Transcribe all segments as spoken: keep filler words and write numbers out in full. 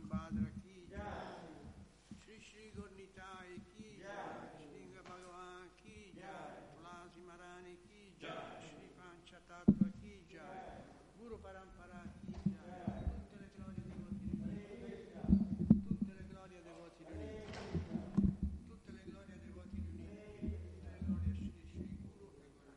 Rambhadra ki jai, Shri Shri Gornitai ki jai, Shringa Bhagavan ki jai, Tulasi Marani ki jai, Shri Panchatattva ki jai, Guru Parampara ki jai, tutte le glorie dei voti riuniti, tutte le glorie dei voti riuniti, tutte le glorie dei voti riuniti, tutte le glorie a Shri Shri Guru e Gorangi.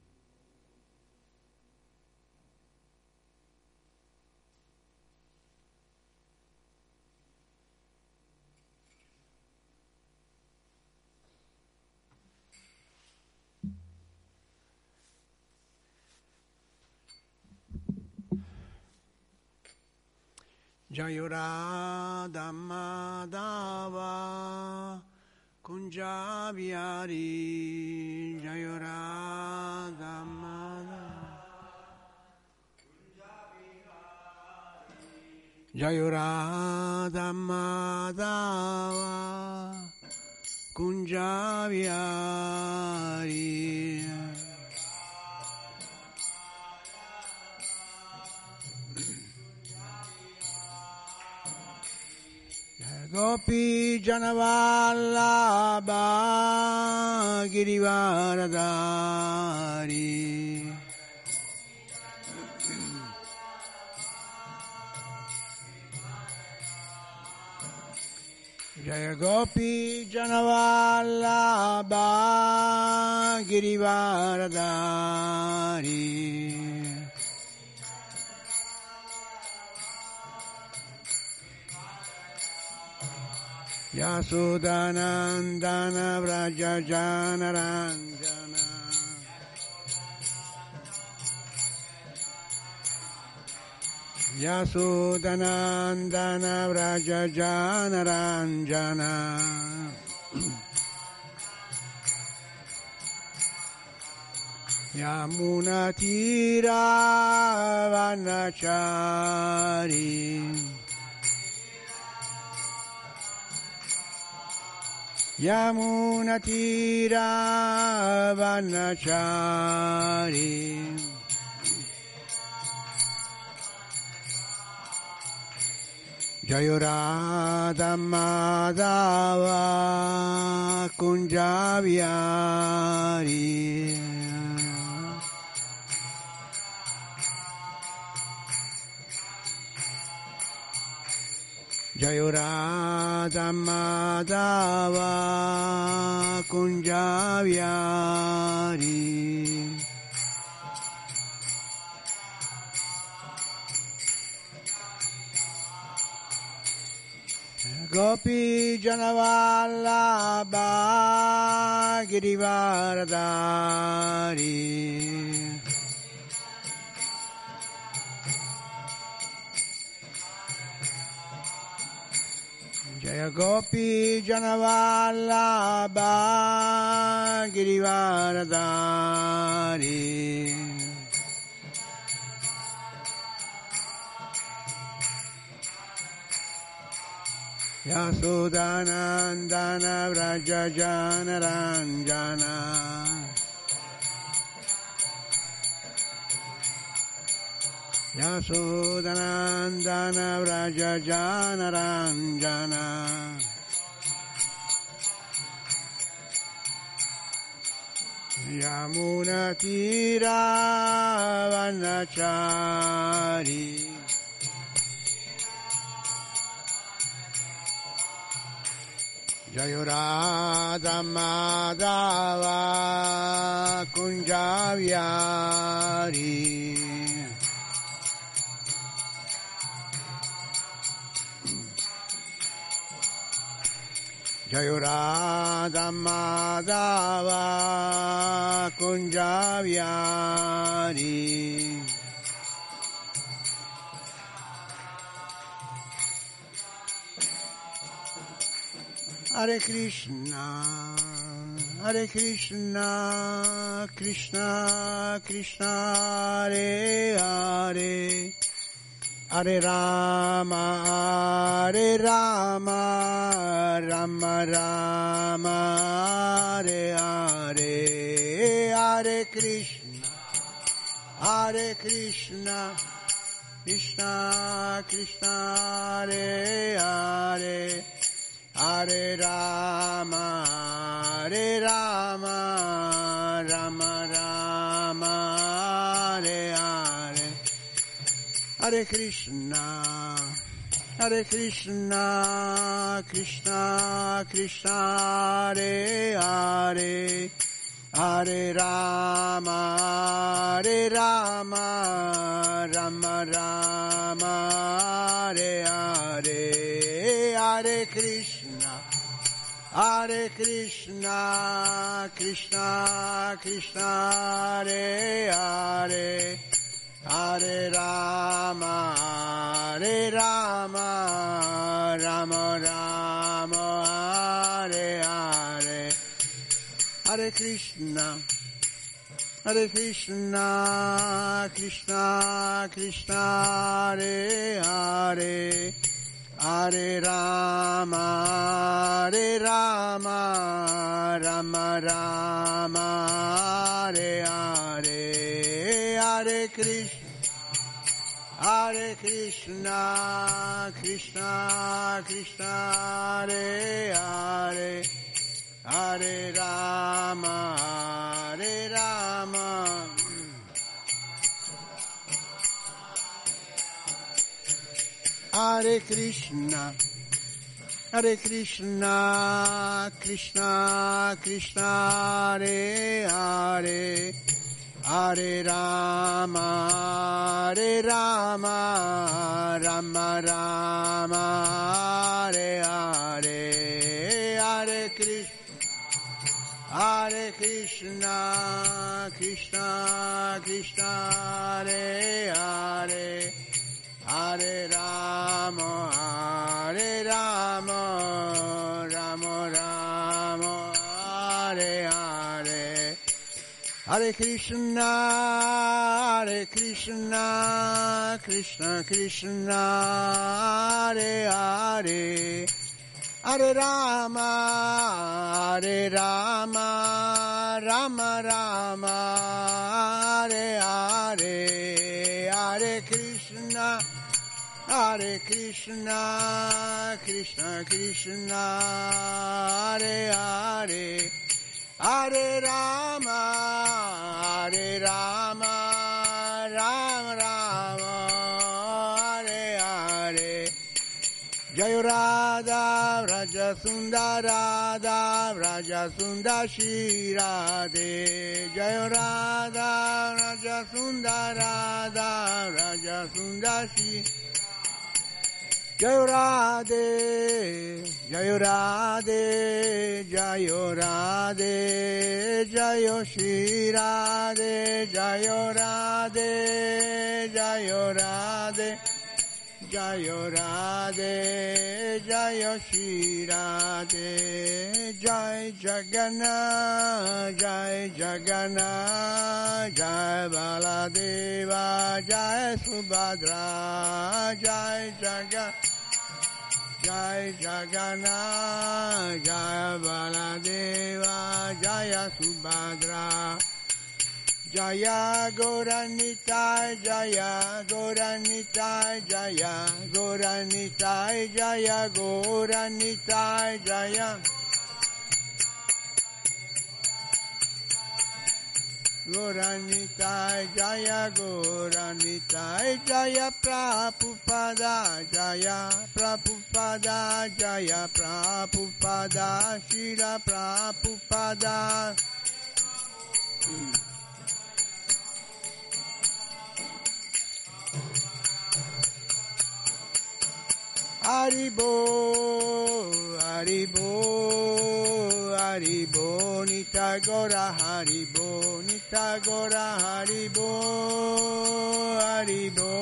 Jayura Madhava Kunjabiyari Jayura Madhava Jayura Madhava Kunjabiyari Gopi Janavallabha Girivaradari Jaya Gopi Janavallabha Girivaradari Yasodhanandana Vraja Janaranjana Yasodhanandana Vraja Janaranjana Yamunatira Vanachari Yamunatira Vanachari Jayurada Madhava Kunjaviari Jayurada Madhava Kunjaviari Gopi Janavallabha Girivaradari Jaya Gopi Janavallabha Girivaradari Yasodhanandana Vraja Janaranjana Yasodhanandana Vraja Janaranjana Yamunatira Vanachari Jayurada Madhava Kunjaviari Jayurada Madhava Kunjaviari Hare Krishna, Hare Krishna, Krishna, Krishna, Hare Hare, Hare Rama, Hare Rama, Rama Rama, Hare Hare, Hare Krishna, Hare Krishna, Krishna Krishna Hare Hare Hare Rama Hare Rama Rama Rama Hare Hare Hare Krishna Hare Krishna Krishna Krishna Hare Hare Hare Rama Hare Rama Rama Rama Hare Hare Hare Krishna Hare Krishna Krishna Krishna Hare Hare Hare Rama Hare Rama Rama Rama Hare Hare Hare Krishna Hare Krishna Krishna Krishna Hare Hare Hare Rama Hare Rama Rama Rama Hare Hare Hare Krishna Hare Krishna Krishna Krishna Hare Hare Hare Rama Hare Rama Hare Krishna Hare Krishna Krishna Krishna Hare Hare Hare Rama Hare Rama Rama Rama Hare Hare Hare Krishna Hare Krishna Krishna Krishna Hare Hare Hare Rama Hare Rama Rama Rama Hare Hare Hare Krishna Hare Krishna Krishna Krishna Hare Hare Hare Rama Hare Rama Rama Rama Hare Hare Hare Krishna Hare Krishna Krishna Krishna Hare Hare Hare Rama Hare Rama Rama Rama Hare Hare Jaya Radha Vraja Sundar Radha Vraja Sundar Shri Radhe Jaya Radha Vraja Sundar Radha Vraja Sundar Shri Jaya Radhe Jaya Radhe Jaya Radhe Jaya Shri Radhe Jaya Radhe Jaya Radhe Jaya Radhe Jaya Shri Radhe Jai Jagannath Jai Jagannath Jai Baladeva Jai Subhadra Jai Jagannath Jai Jagannath Jai Baladeva Jaya Subhadra Jaya Gauranitai Jaya Gauranitai Jaya Gauranitai Jaya Gauranitai Jaya Gauranitai Jaya Gauranitai Jaya Prabhupada Jaya Prabhupada Jaya Prabhupada Srila Prabhupada Haribo, Haribo, Haribo, Nitagora, Haribo, Nitagora, Haribo, Haribo,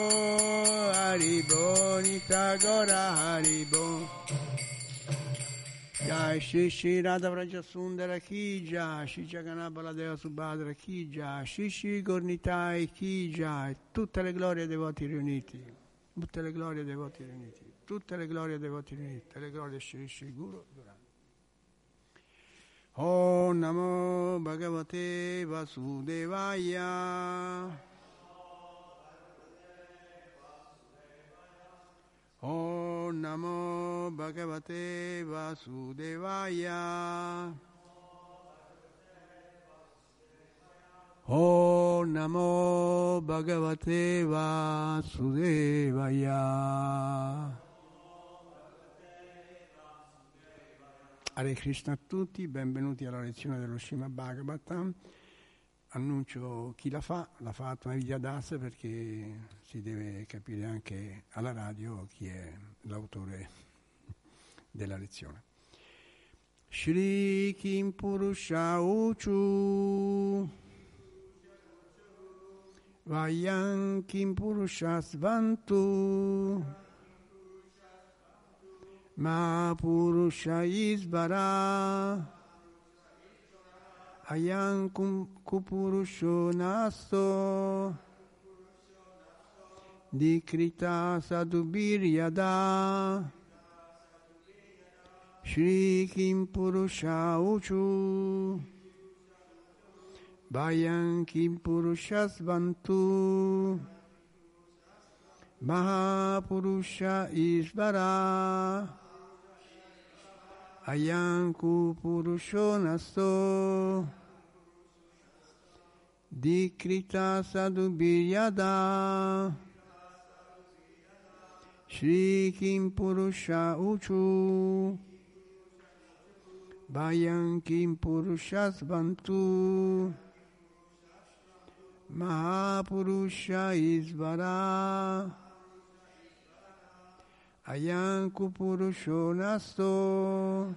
Haribo, Nitagora, Haribo. Jai Shri Shri Radha Vraja Sundara Ki Jai, Shri Jagannath Baladeva Subhadra Ki Jai, Shri Shri Gornitai Ki Jai, tutte le glorie dei voti riuniti, tutte le glorie dei voti riuniti. Tutte le glorie dei voti riuniti, tutte le glorie Shri Shri Guru Durante. Om Namo Bhagavate Vasudevaya. Om Namo Bhagavate Vasudevaya. Om Namo Bhagavate Vasudevaya. Hare Krishna a tutti, benvenuti alla lezione dello Srimad Bhagavatam. Annuncio chi la fa, la fa Atma Vidya Das perché si deve capire anche alla radio chi è l'autore della lezione. Shri Kim Purusha Uchu Vayam Kim Purusha Svantu Ma Purusha Isvara Ayam Kupurusho Nasto Dikrita Sadhubiryada Shri Kim Purusha Uchu Vayam Kim Purusha Svantu Mahapurusha Isvara Ayam Kupurusho Nasto Dikrita Sadhubiryada Shri Kim Purusha Uchu Vayam Kim Purusha Svantu Mahapurusha Isvara Ayam Kupurusho Nasto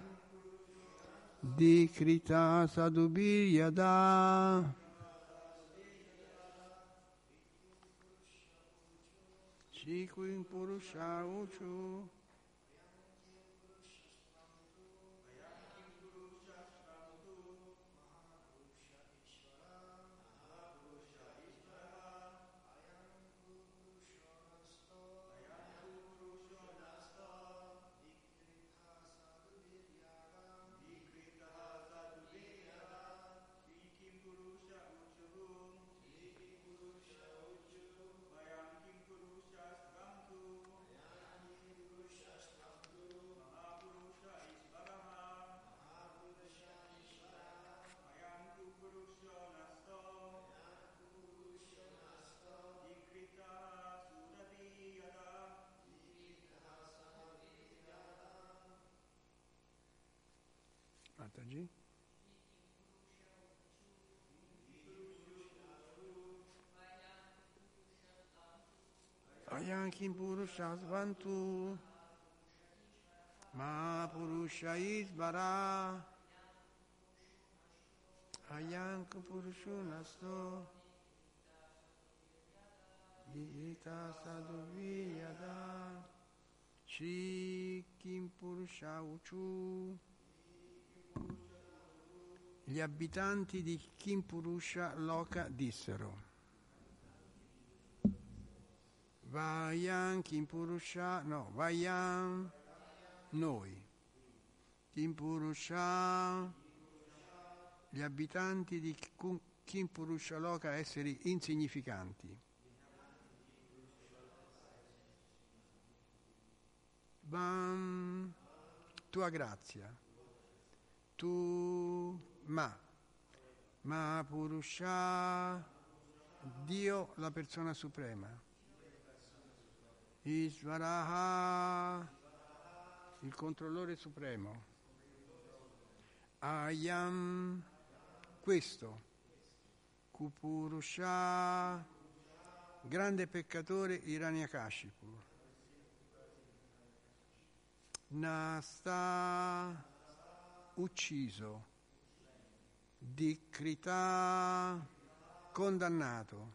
Dikrita Sadhubiryada Shri Kim Purusha Uchu Mataji. Ayam Kim Purusha Svantu Mahapurusha Isvara Ayam Kupurusho Nasto Dikrita Sadhubiryada Shri Kim Purusha Uchu. Gli abitanti di Kim Purusha Loka dissero: Vayam Kim Purusha, no, Vayam noi. Kim Purusha, gli abitanti di Kim Purusha Loka, esseri insignificanti. Vam, tua grazia. Tu Ma, Ma Purusha, Dio la persona suprema, Isvaraha, il controllore supremo, Ayam, questo, Kupurusha, grande peccatore Hiranyakashipu, Nasta, ucciso, Dikrita, condannato,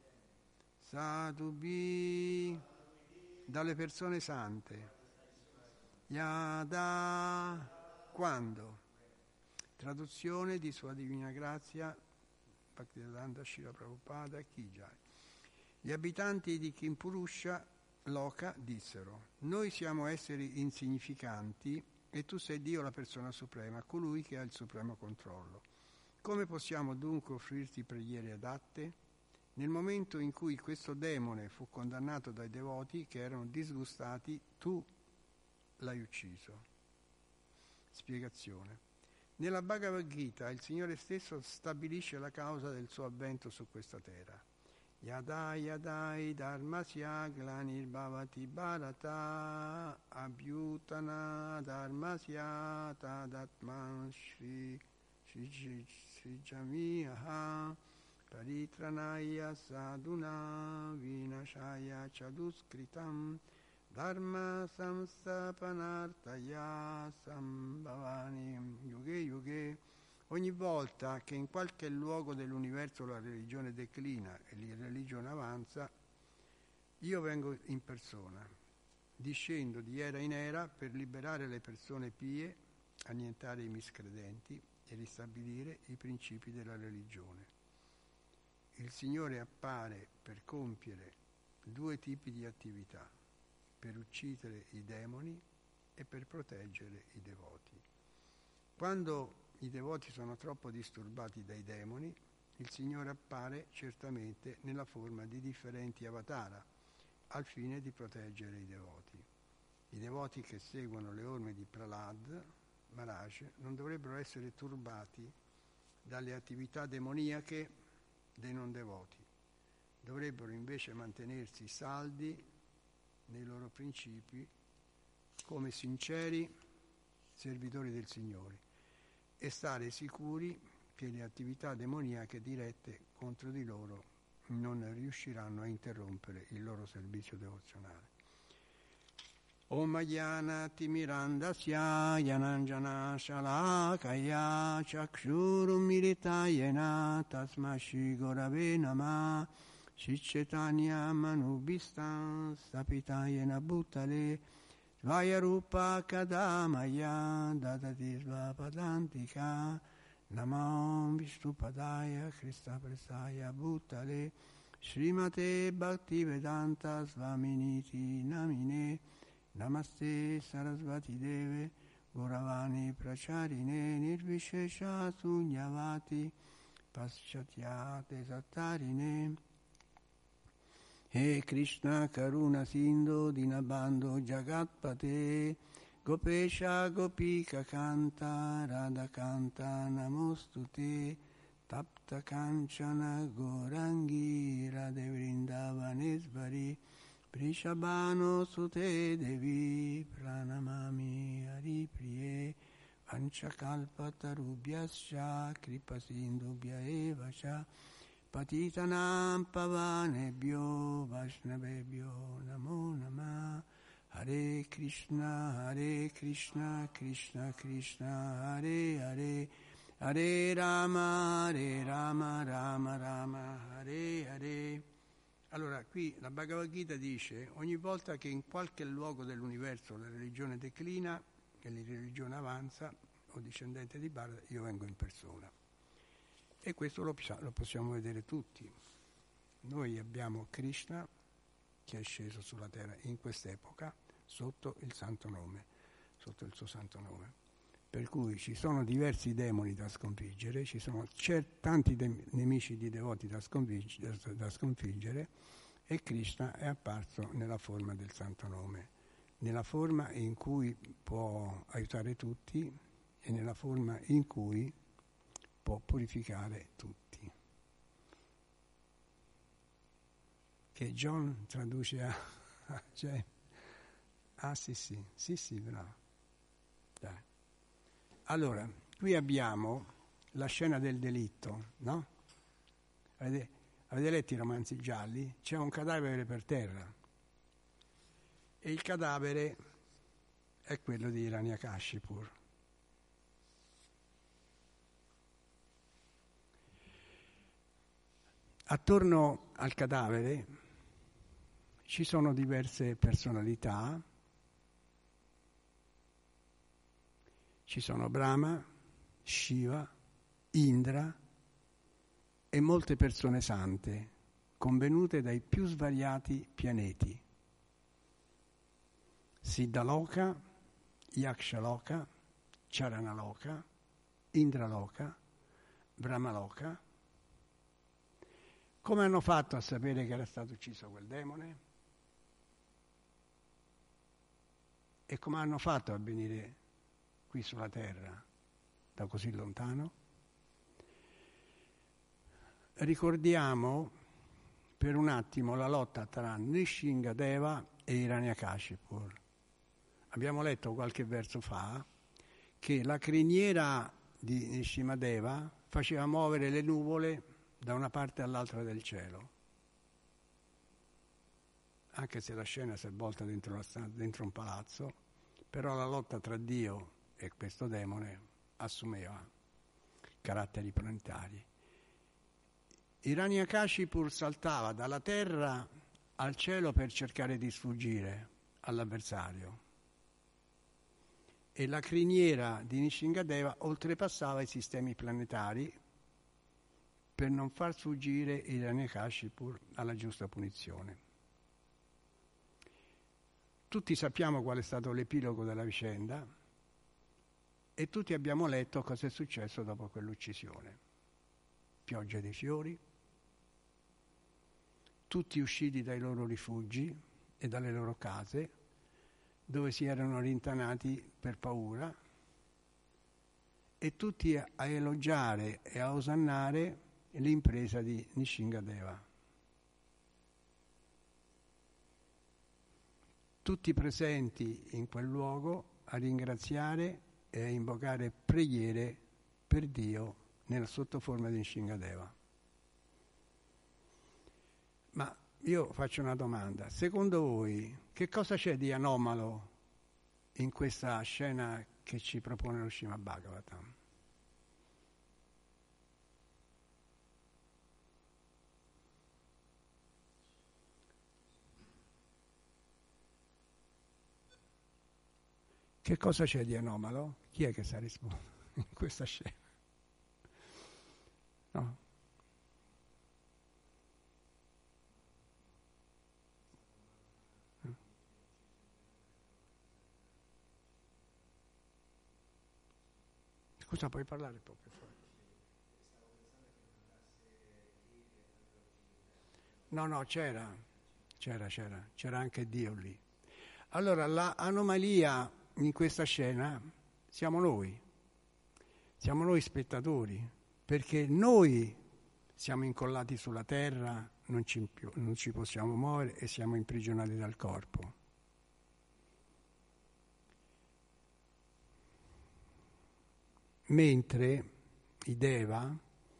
Sadhubi, dalle persone sante, Yada, quando. Traduzione di Sua Divina Grazia Bhaktivedanta Srila Prabhupada Kijai. Gli abitanti di Kim Purusha Loka dissero: noi siamo esseri insignificanti e tu sei Dio la persona suprema, colui che ha il supremo controllo. Come possiamo dunque offrirti preghiere adatte? Nel momento in cui questo demone fu condannato dai devoti che erano disgustati, tu l'hai ucciso. Spiegazione. Nella Bhagavad Gita il Signore stesso stabilisce la causa del suo avvento su questa terra. Yada yadai dharmasya glanirvavati bharata abhyutana dharmasya tadatman shri shri srijamiyaha paritranaya sadhuna vinashaya chaduskritam dharma samstapanartaya sambhavani yuge yuge. Ogni volta che in qualche luogo dell'universo la religione declina e la religione avanza, io vengo in persona, discendo di era in era per liberare le persone pie, annientare i miscredenti e ristabilire i principi della religione. Il Signore appare per compiere due tipi di attività, per uccidere i demoni e per proteggere i devoti. Quando i devoti sono troppo disturbati dai demoni, il Signore appare certamente nella forma di differenti avatara, al fine di proteggere i devoti. I devoti che seguono le orme di Prahlad Maharaj non dovrebbero essere turbati dalle attività demoniache dei non devoti. Dovrebbero invece mantenersi saldi nei loro principi come sinceri servitori del Signore e stare sicuri che le attività demoniache dirette contro di loro non riusciranno a interrompere il loro servizio devozionale. Om Ayana Timirandasya Yananjana Shalakaya Chakshurum Militayena Tasmashi Gorave Nama Shichetanya Manubhistan Stapitayena Bhutale Svaya Rupa Kadamaya Dadati Svapadantika Namam Vishnupadaya Krista Prasaya Bhutale Srimate Bhaktivedanta Svaminiti Namine Namaste Sarasvati Deve Gauravani Pracharine Nirvishesha Sunyavati Paschatyate Sattarine He Krishna Karuna Sindhu Dinabandhu Jagatpate Gopesha Gopika Kanta Radha Kanta Namostute Tapta Kanchana Gorangi Radhe Vrindavanesvari Prishabhano Sute Devi Pranamami Haripriye Vanchakalpatarubhyascha Kripasindubhya Evascha Patitanam Pavanebhyo Vaishnavebhyo Namo Namah Hare Krishna Hare Krishna Krishna Krishna Hare Hare Hare Rama Hare Rama Rama Rama Hare Hare. Allora qui la Bhagavad Gita dice: ogni volta che in qualche luogo dell'universo la religione declina e la religione avanza, o discendente di Bharata, io vengo in persona. E questo lo, lo possiamo vedere tutti. Noi abbiamo Krishna che è sceso sulla terra in quest'epoca sotto il santo nome, sotto il suo santo nome. Per cui ci sono diversi demoni da sconfiggere, ci sono cer- tanti de- nemici di devoti da, sconfig- da sconfiggere, e Krishna è apparso nella forma del santo nome, nella forma in cui può aiutare tutti e nella forma in cui può purificare tutti. Che John traduce a, a cioè, ah sì sì, sì sì, bravo. Dai. Allora, qui abbiamo la scena del delitto, no? Avete, avete letto i romanzi gialli? C'è un cadavere per terra e il cadavere è quello di Hiranyakashipur. Attorno al cadavere ci sono diverse personalità, ci sono Brahma, Shiva, Indra e molte persone sante, convenute dai più svariati pianeti. Siddhaloka, Yakshaloka, Charanaloka, Indraloka, Brahmaloka, Come hanno fatto a sapere che era stato ucciso quel demone? E come hanno fatto a venire qui sulla terra da così lontano? Ricordiamo per un attimo la lotta tra Nrishingadeva e Hiranyakashipu. Abbiamo letto qualche verso fa che la criniera di Nrishingadeva faceva muovere le nuvole da una parte all'altra del cielo, anche se la scena si è volta dentro, una stanza, dentro un palazzo, però la lotta tra Dio e questo demone assumeva caratteri planetari. Hiranyakashipu saltava dalla terra al cielo per cercare di sfuggire all'avversario e la criniera di Nrishingadeva oltrepassava i sistemi planetari per non far sfuggire Hiranyakashipu alla giusta punizione. Tutti sappiamo qual è stato l'epilogo della vicenda e tutti abbiamo letto cosa è successo dopo quell'uccisione. Pioggia di fiori, tutti usciti dai loro rifugi e dalle loro case, dove si erano rintanati per paura, e tutti a elogiare e a osannare l'impresa di Nrishingadeva. Tutti presenti in quel luogo a ringraziare e a invocare preghiere per Dio nella sottoforma di Nrishingadeva. Ma io faccio una domanda: secondo voi che cosa c'è di anomalo in questa scena che ci propone lo Srimad Bhagavatam? Che cosa c'è di anomalo? Chi è che sa rispondere in questa scena? No? Scusa, puoi parlare un po' per favore? No, no, c'era, c'era, c'era, c'era anche Dio lì. Allora, l'anomalia in questa scena siamo noi, siamo noi spettatori, perché noi siamo incollati sulla terra, non ci, non ci possiamo muovere e siamo imprigionati dal corpo. Mentre i Deva,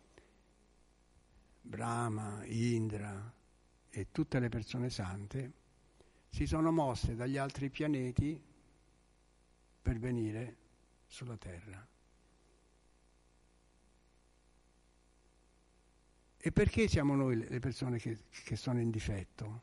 Brahma, Indra e tutte le persone sante si sono mosse dagli altri pianeti per venire sulla terra. E perché siamo noi le persone che, che sono in difetto?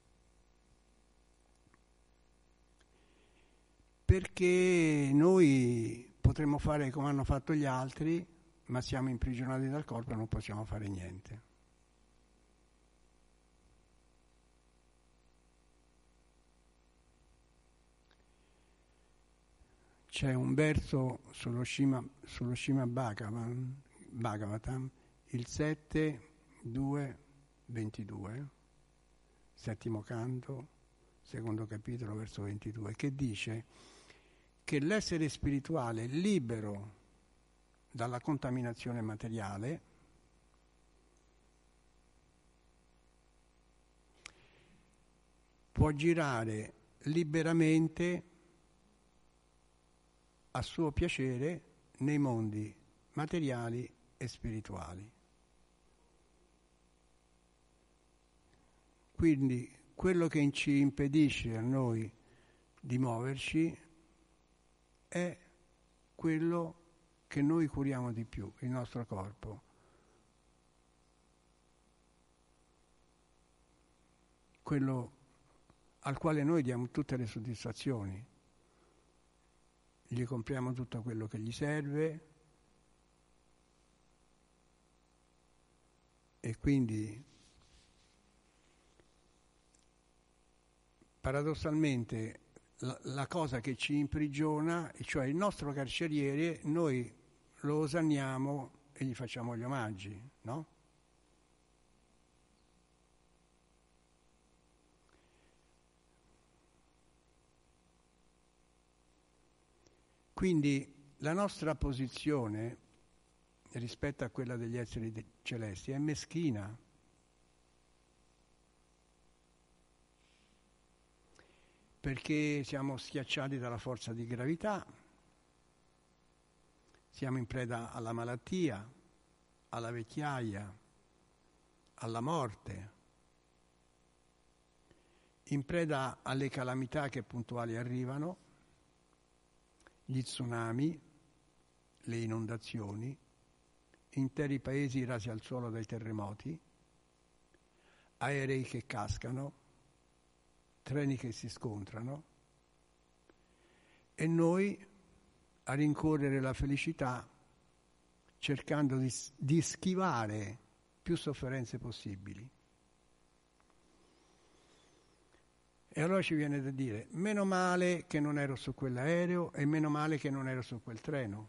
Perché noi potremmo fare come hanno fatto gli altri, ma siamo imprigionati dal corpo e non possiamo fare niente. C'è un verso sullo Srimad, sullo Srimad Bhagavatam, Bhagavatam, il sette, due, ventidue, settimo canto, secondo capitolo, verso ventidue, che dice che l'essere spirituale libero dalla contaminazione materiale può girare liberamente a suo piacere nei mondi materiali e spirituali. Quindi quello che ci impedisce a noi di muoverci è quello che noi curiamo di più, il nostro corpo. Quello al quale noi diamo tutte le soddisfazioni. Gli compriamo tutto quello che gli serve e quindi paradossalmente la, la cosa che ci imprigiona, cioè il nostro carceriere, noi lo osanniamo e gli facciamo gli omaggi, no? Quindi la nostra posizione rispetto a quella degli esseri de- celesti è meschina. Perché siamo schiacciati dalla forza di gravità, siamo in preda alla malattia, alla vecchiaia, alla morte, in preda alle calamità che puntuali arrivano, gli tsunami, le inondazioni, interi paesi rasi al suolo dai terremoti, aerei che cascano, treni che si scontrano, e noi a rincorrere la felicità cercando di, di schivare più sofferenze possibili. E allora ci viene da dire, meno male che non ero su quell'aereo e meno male che non ero su quel treno.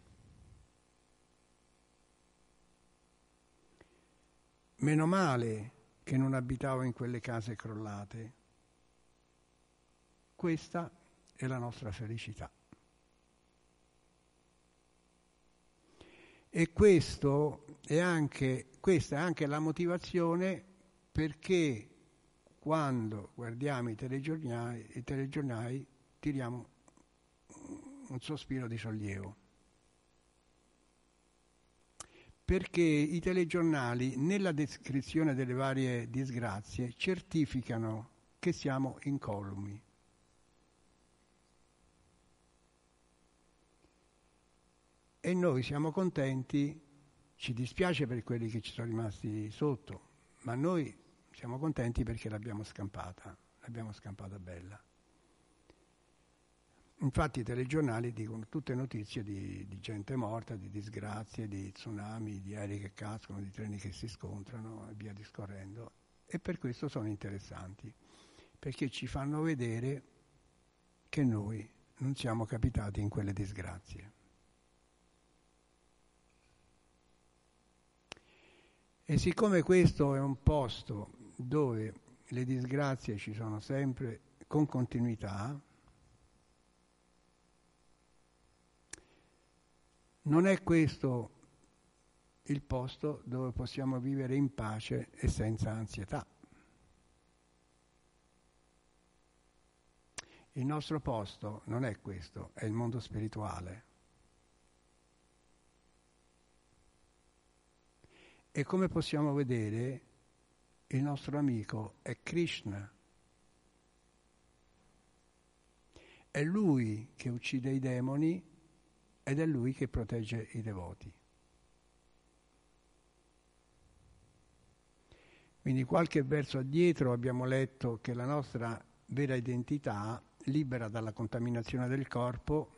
Meno male che non abitavo in quelle case crollate. Questa è la nostra felicità. E questo è anche, questa è anche la motivazione perché quando guardiamo i telegiornali, i telegiornali tiriamo un sospiro di sollievo. Perché i telegiornali, nella descrizione delle varie disgrazie, certificano che siamo incolumi. E noi siamo contenti, ci dispiace per quelli che ci sono rimasti sotto, ma noi siamo contenti perché l'abbiamo scampata, l'abbiamo scampata bella. Infatti i telegiornali dicono tutte notizie di, di gente morta, di disgrazie, di tsunami, di aerei che cascano, di treni che si scontrano e via discorrendo. E per questo sono interessanti, perché ci fanno vedere che noi non siamo capitati in quelle disgrazie. E siccome questo è un posto dove le disgrazie ci sono sempre con continuità, non è questo il posto dove possiamo vivere in pace e senza ansietà. Il nostro posto non è questo, è il mondo spirituale. E come possiamo vedere, il nostro amico è Krishna. È lui che uccide i demoni ed è lui che protegge i devoti. Quindi qualche verso addietro abbiamo letto che la nostra vera identità, libera dalla contaminazione del corpo,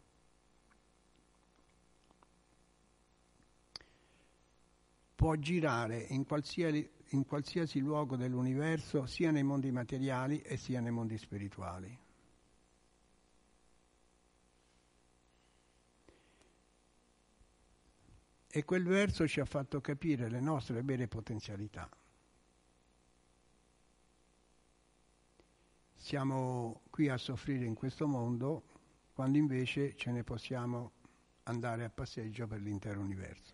può girare in qualsiasi, in qualsiasi luogo dell'universo, sia nei mondi materiali e sia nei mondi spirituali. E quel verso ci ha fatto capire le nostre vere potenzialità. Siamo qui a soffrire in questo mondo, quando invece ce ne possiamo andare a passeggio per l'intero universo.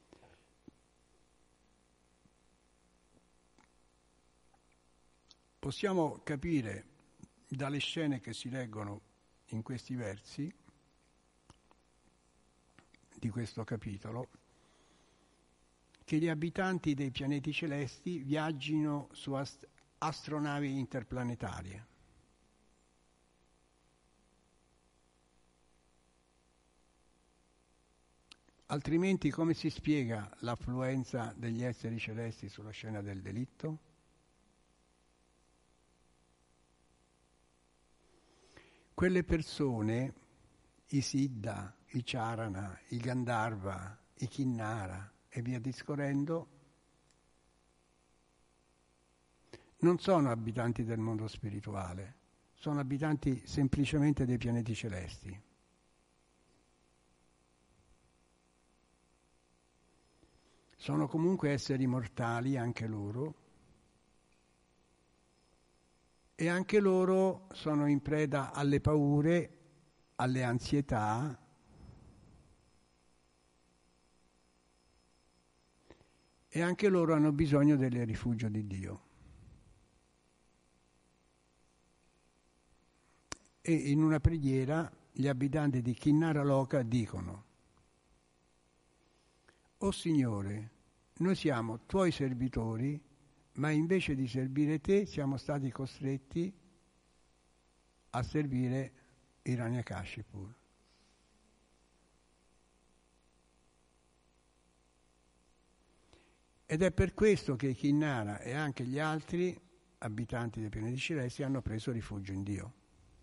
Possiamo capire dalle scene che si leggono in questi versi di questo capitolo che gli abitanti dei pianeti celesti viaggino su ast- astronavi interplanetarie. Altrimenti come si spiega l'affluenza degli esseri celesti sulla scena del delitto? Quelle persone, i Siddha, i Charana, i Gandharva, i Kinnara e via discorrendo, non sono abitanti del mondo spirituale, sono abitanti semplicemente dei pianeti celesti. Sono comunque esseri mortali anche loro, e anche loro sono in preda alle paure alle ansietà, e anche loro hanno bisogno del rifugio di Dio. E in una preghiera gli abitanti di Kinnara Loka dicono: «O Signore, noi siamo Tuoi servitori, ma invece di servire Te siamo stati costretti a servire Hiranyakashipu». Ed è per questo che Kinnara e anche gli altri abitanti dei pianeti celesti hanno preso rifugio in Dio.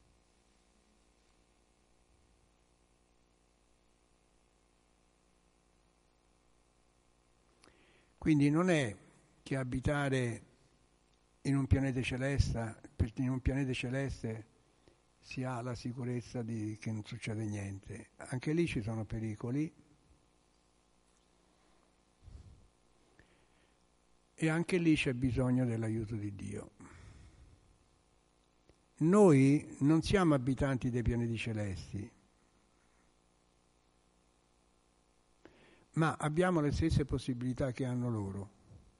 Quindi non è che abitare in un pianeta celeste, in un pianeta celeste si ha la sicurezza di che non succede niente. Anche lì ci sono pericoli e anche lì c'è bisogno dell'aiuto di Dio. Noi non siamo abitanti dei pianeti celesti, ma abbiamo le stesse possibilità che hanno loro.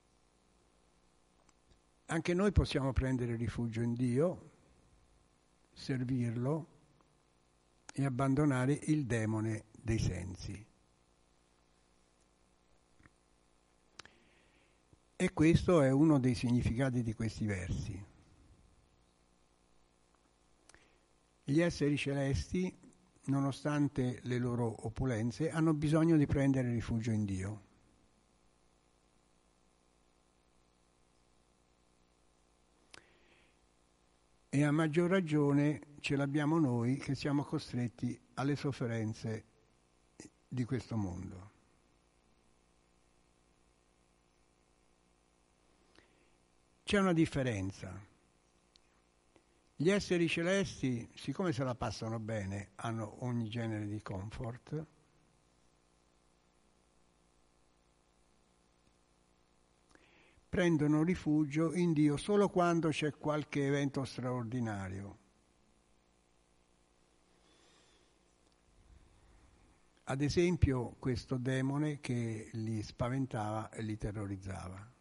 Anche noi possiamo prendere rifugio in Dio, servirlo e abbandonare il demone dei sensi. E questo è uno dei significati di questi versi. Gli esseri celesti, nonostante le loro opulenze, hanno bisogno di prendere rifugio in Dio. E a maggior ragione ce l'abbiamo noi che siamo costretti alle sofferenze di questo mondo. C'è una differenza. Gli esseri celesti, siccome se la passano bene, hanno ogni genere di comfort, prendono rifugio in Dio solo quando c'è qualche evento straordinario. Ad esempio, questo demone che li spaventava e li terrorizzava.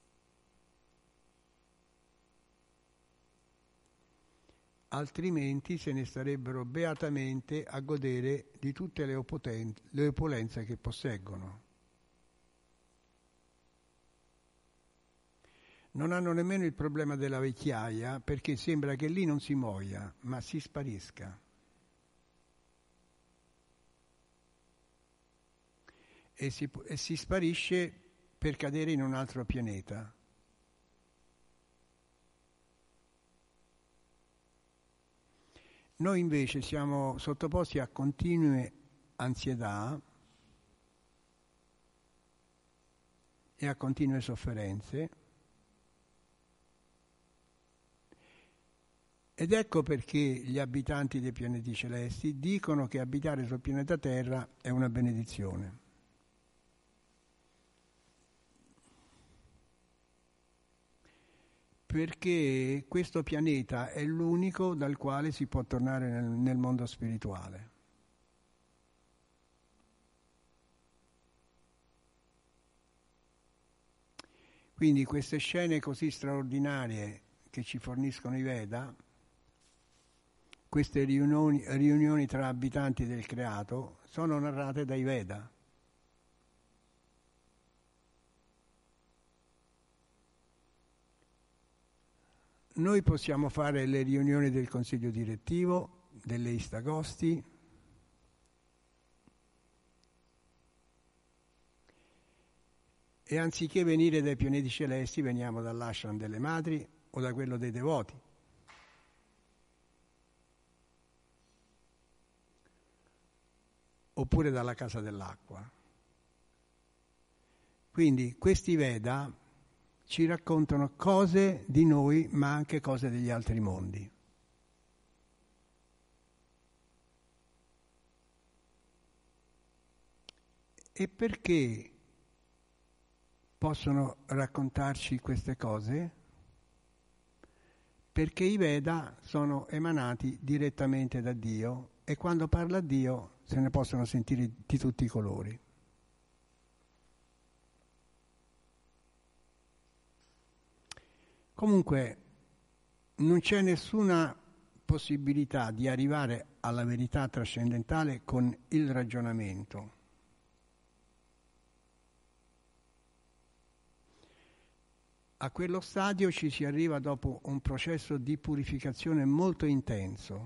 Altrimenti se ne starebbero beatamente a godere di tutte le, opoten- le opulenze che posseggono. Non hanno nemmeno il problema della vecchiaia, perché sembra che lì non si muoia, ma si sparisca. E si, e si sparisce per cadere in un altro pianeta. Noi invece siamo sottoposti a continue ansietà e a continue sofferenze, ed ecco perché gli abitanti dei pianeti celesti dicono che abitare sul pianeta Terra è una benedizione. Perché questo pianeta è l'unico dal quale si può tornare nel, nel mondo spirituale. Quindi queste scene così straordinarie che ci forniscono i Veda, queste riunioni, riunioni tra abitanti del creato, sono narrate dai Veda. Noi possiamo fare le riunioni del consiglio direttivo, delle Istagosti, e anziché venire dai pianeti celesti veniamo dall'ashram delle madri o da quello dei devoti. Oppure dalla casa dell'acqua. Quindi questi Veda ci raccontano cose di noi, ma anche cose degli altri mondi. E perché possono raccontarci queste cose? Perché i Veda sono emanati direttamente da Dio e quando parla Dio se ne possono sentire di tutti i colori. Comunque non c'è nessuna possibilità di arrivare alla verità trascendentale con il ragionamento. A quello stadio ci si arriva dopo un processo di purificazione molto intenso.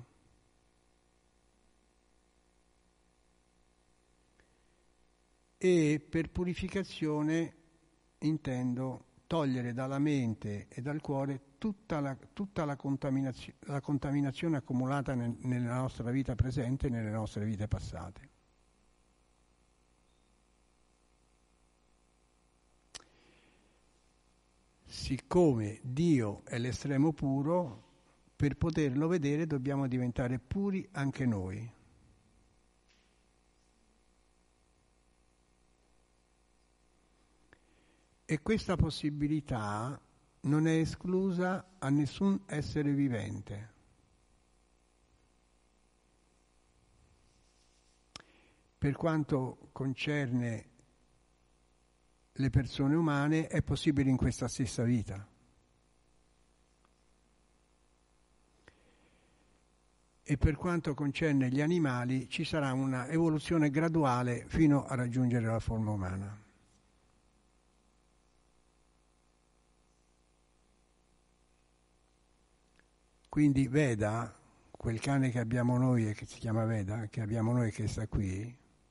E per purificazione intendo togliere dalla mente e dal cuore tutta la, tutta la, contaminazio- la contaminazione accumulata nel, nella nostra vita presente e nelle nostre vite passate. Siccome Dio è l'estremo puro, per poterlo vedere dobbiamo diventare puri anche noi. E questa possibilità non è esclusa a nessun essere vivente. Per quanto concerne le persone umane, è possibile in questa stessa vita. E per quanto concerne gli animali, ci sarà una evoluzione graduale fino a raggiungere la forma umana. Quindi Veda, quel cane che abbiamo noi e che si chiama Veda, che abbiamo noi che sta qui,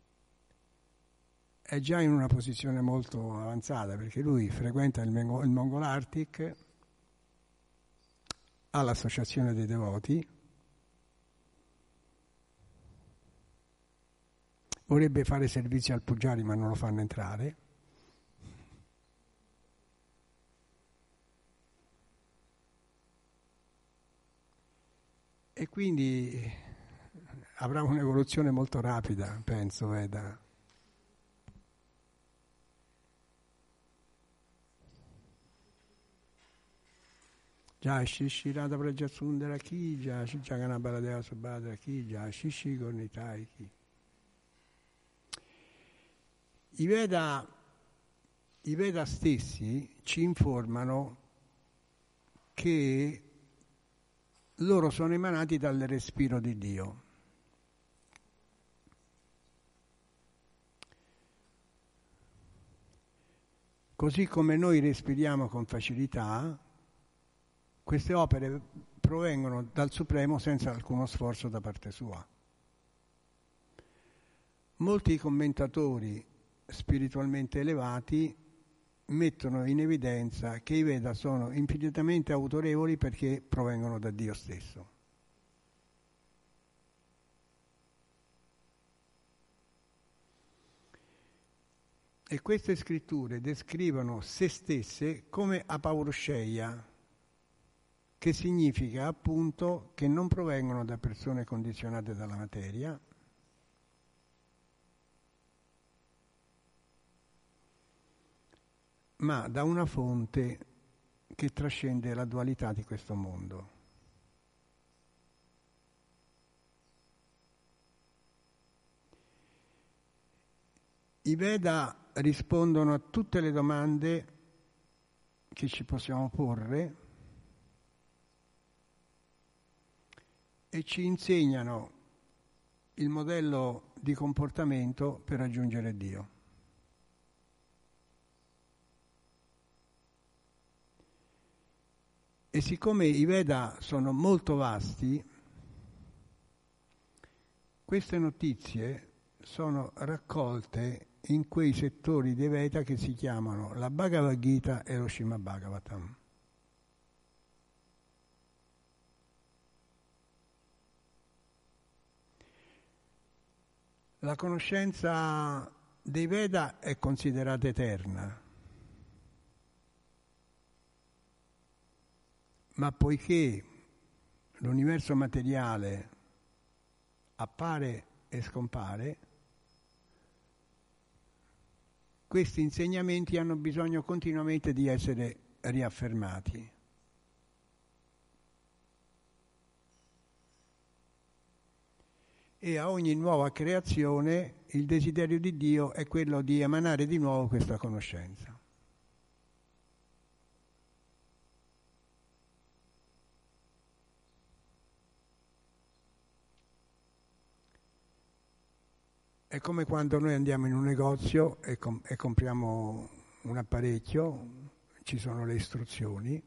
è già in una posizione molto avanzata, perché lui frequenta il, Mongol, il Mongol Arctic, ha l'associazione dei devoti, vorrebbe fare servizio al Pujari ma non lo fanno entrare, e quindi avrà un'evoluzione molto rapida, penso, Veda. Già Shishi Radha Prajasundara Ki, già Shijagana Baladeva Subhadra Ki, già Shishi Gornitai Ki. I Veda, I Veda stessi ci informano che loro sono emanati dal respiro di Dio. Così come noi respiriamo con facilità, queste opere provengono dal Supremo senza alcuno sforzo da parte sua. Molti commentatori spiritualmente elevati mettono in evidenza che i Veda sono infinitamente autorevoli perché provengono da Dio stesso. E queste scritture descrivono se stesse come Apaurusheya, che significa appunto che non provengono da persone condizionate dalla materia, ma da una fonte che trascende la dualità di questo mondo. I Veda rispondono a tutte le domande che ci possiamo porre e ci insegnano il modello di comportamento per raggiungere Dio. E siccome i Veda sono molto vasti, queste notizie sono raccolte in quei settori dei Veda che si chiamano la Bhagavad Gita e lo Srimad Bhagavatam. La conoscenza dei Veda è considerata eterna, ma poiché l'universo materiale appare e scompare, questi insegnamenti hanno bisogno continuamente di essere riaffermati. e a ogni nuova creazione il desiderio di Dio è quello di emanare di nuovo questa conoscenza. È come quando noi andiamo in un negozio e, com- e compriamo un apparecchio, ci sono le istruzioni.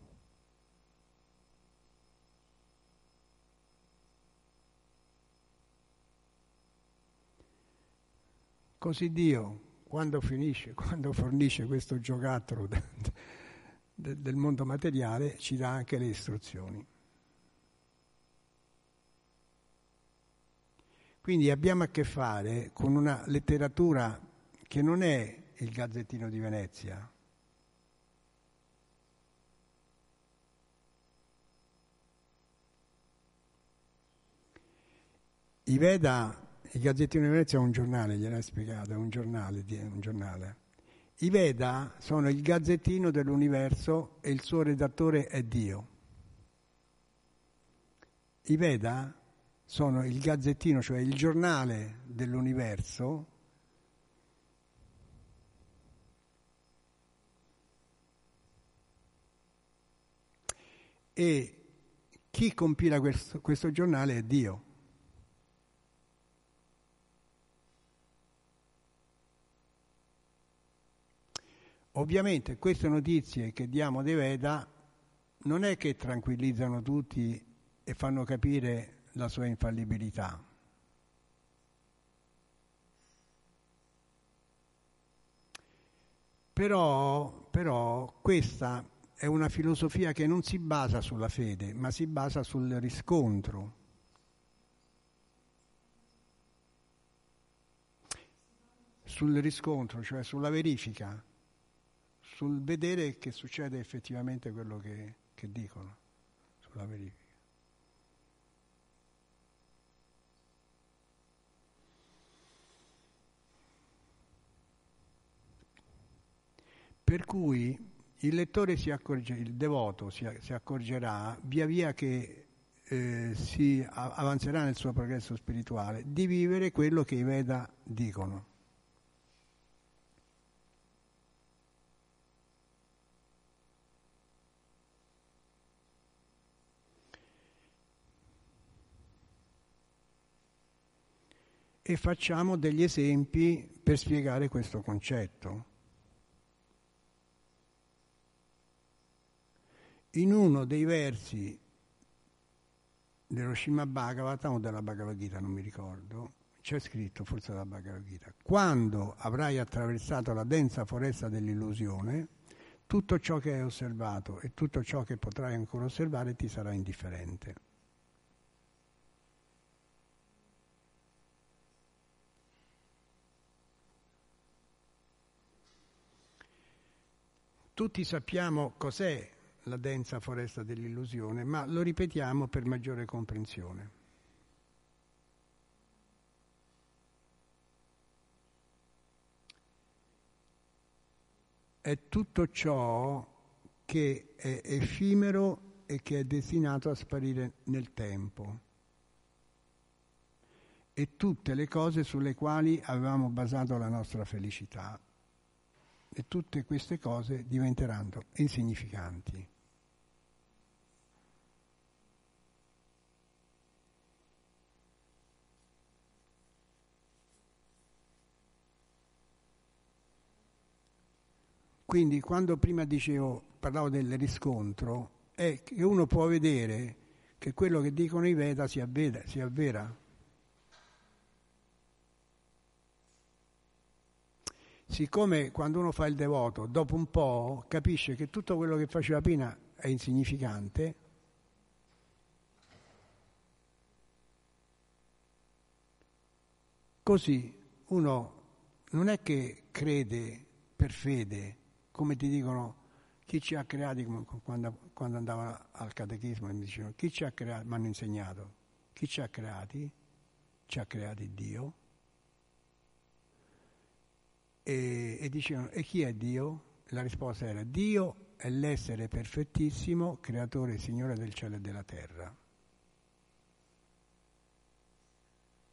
Così Dio, quando finisce, quando fornisce questo giocattolo de- de- del mondo materiale, ci dà anche le istruzioni. Quindi abbiamo a che fare con una letteratura che non è il Gazzettino di Venezia. I Veda, il Gazzettino di Venezia è un giornale, gliel'hai spiegato, è un giornale, è un giornale. I Veda sono il Gazzettino dell'universo e il suo redattore è Dio. I Veda sono il Gazzettino, cioè il giornale dell'universo, e chi compila questo, questo giornale è Dio. Ovviamente queste notizie che diamo dei Veda non è che tranquillizzano tutti e fanno capire la sua infallibilità. Però, però questa è una filosofia che non si basa sulla fede, ma si basa sul riscontro. Sul riscontro, cioè sulla verifica, sul vedere che succede effettivamente quello che, che dicono, sulla verifica. Per cui il lettore si accorge, il devoto si, si accorgerà via via che eh, si avanzerà nel suo progresso spirituale di vivere quello che i Veda dicono. E facciamo degli esempi per spiegare questo concetto. In uno dei versi dello Srimad Bhagavatam o della Bhagavad Gita, non mi ricordo, c'è scritto, forse della Bhagavad Gita, quando avrai attraversato la densa foresta dell'illusione, tutto ciò che hai osservato e tutto ciò che potrai ancora osservare ti sarà indifferente. Tutti sappiamo cos'è la densa foresta dell'illusione, ma lo ripetiamo per maggiore comprensione. È tutto ciò che è effimero e che è destinato a sparire nel tempo, e tutte le cose sulle quali avevamo basato la nostra felicità, e tutte queste cose diventeranno insignificanti. Quindi quando prima dicevo, parlavo del riscontro, è che uno può vedere che quello che dicono i Veda si avvera, si avvera. Siccome quando uno fa il devoto, dopo un po' capisce che tutto quello che faceva prima è insignificante, così uno non è che crede per fede, come ti dicono chi ci ha creati, quando, quando andavo al catechismo e mi dicevano chi ci ha creati, mi hanno insegnato, chi ci ha creati? Ci ha creati Dio. E, e dicevano, e chi è Dio? La risposta era, Dio è l'essere perfettissimo, creatore e Signore del cielo e della terra.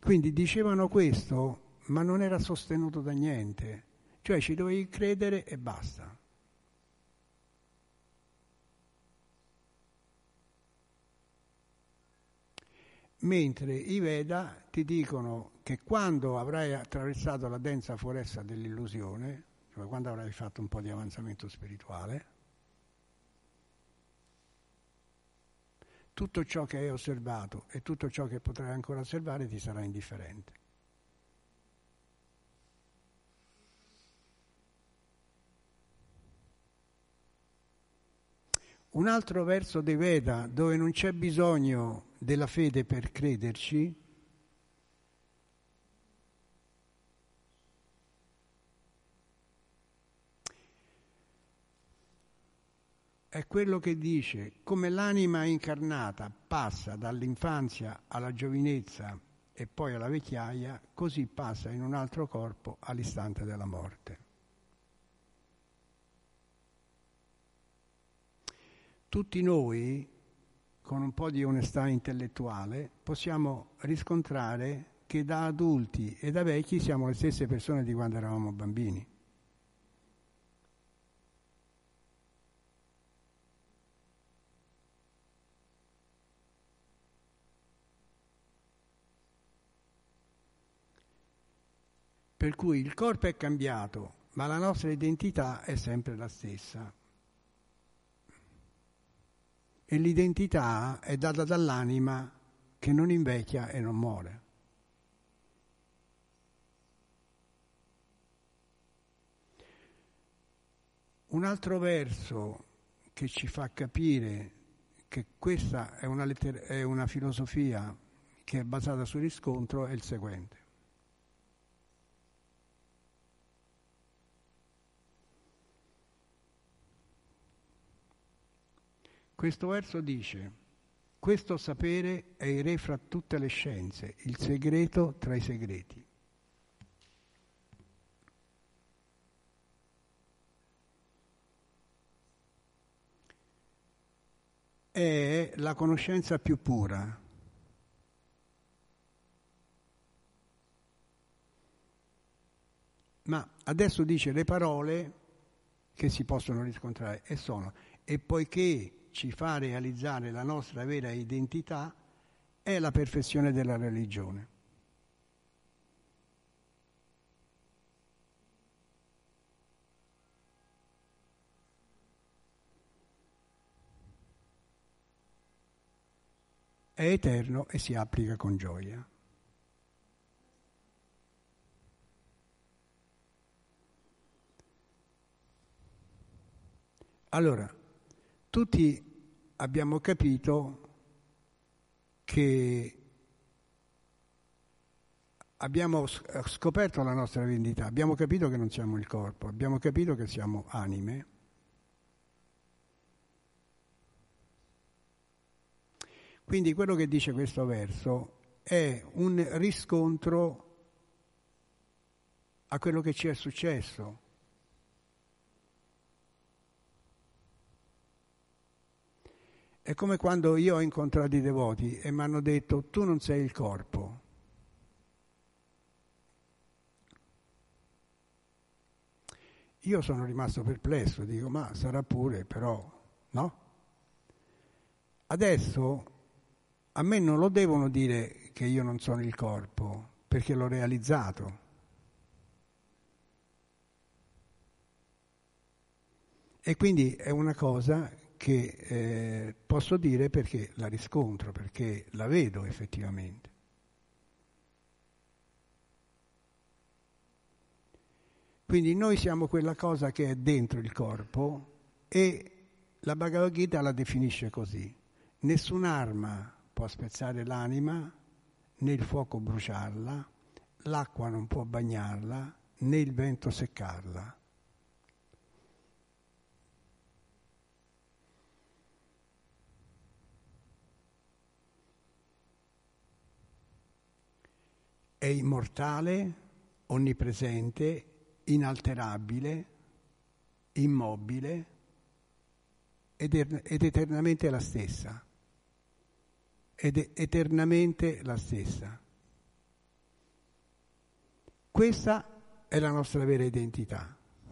Quindi dicevano questo, ma non era sostenuto da niente, cioè ci dovevi credere e basta. Mentre i Veda ti dicono che quando avrai attraversato la densa foresta dell'illusione, cioè quando avrai fatto un po' di avanzamento spirituale, tutto ciò che hai osservato e tutto ciò che potrai ancora osservare ti sarà indifferente. Un altro verso dei Veda dove non c'è bisogno della fede per crederci è quello che dice: come l'anima incarnata passa dall'infanzia alla giovinezza e poi alla vecchiaia, così passa in un altro corpo all'istante della morte. Tutti noi, con un po' di onestà intellettuale, possiamo riscontrare che da adulti e da vecchi siamo le stesse persone di quando eravamo bambini. Per cui il corpo è cambiato, ma la nostra identità è sempre la stessa. E l'identità è data dall'anima che non invecchia e non muore. Un altro verso che ci fa capire che questa è una, letter- è una filosofia che è basata sul riscontro è il seguente. Questo verso dice: questo sapere è il re fra tutte le scienze, il segreto tra i segreti. È la conoscenza più pura. Ma adesso dice le parole che si possono riscontrare e sono: e poiché ci fa realizzare la nostra vera identità, è la perfezione della religione. È eterno e si applica con gioia. Allora, tutti abbiamo capito che abbiamo scoperto la nostra identità, abbiamo capito che non siamo il corpo, abbiamo capito che siamo anime. Quindi quello che dice questo verso è un riscontro a quello che ci è successo. È come quando io ho incontrato i devoti e mi hanno detto: tu non sei il corpo. Io sono rimasto perplesso, dico: ma sarà pure, però, no? Adesso a me non lo devono dire che io non sono il corpo, perché l'ho realizzato. E quindi è una cosa che eh, posso dire perché la riscontro, perché la vedo effettivamente. Quindi noi siamo quella cosa che è dentro il corpo e la Bhagavad Gita la definisce così: nessun'arma può spezzare l'anima, né il fuoco bruciarla, l'acqua non può bagnarla, né il vento seccarla. È immortale, onnipresente, inalterabile, immobile ed, er- ed eternamente la stessa. Ed è eternamente la stessa. questa è la nostra vera identità.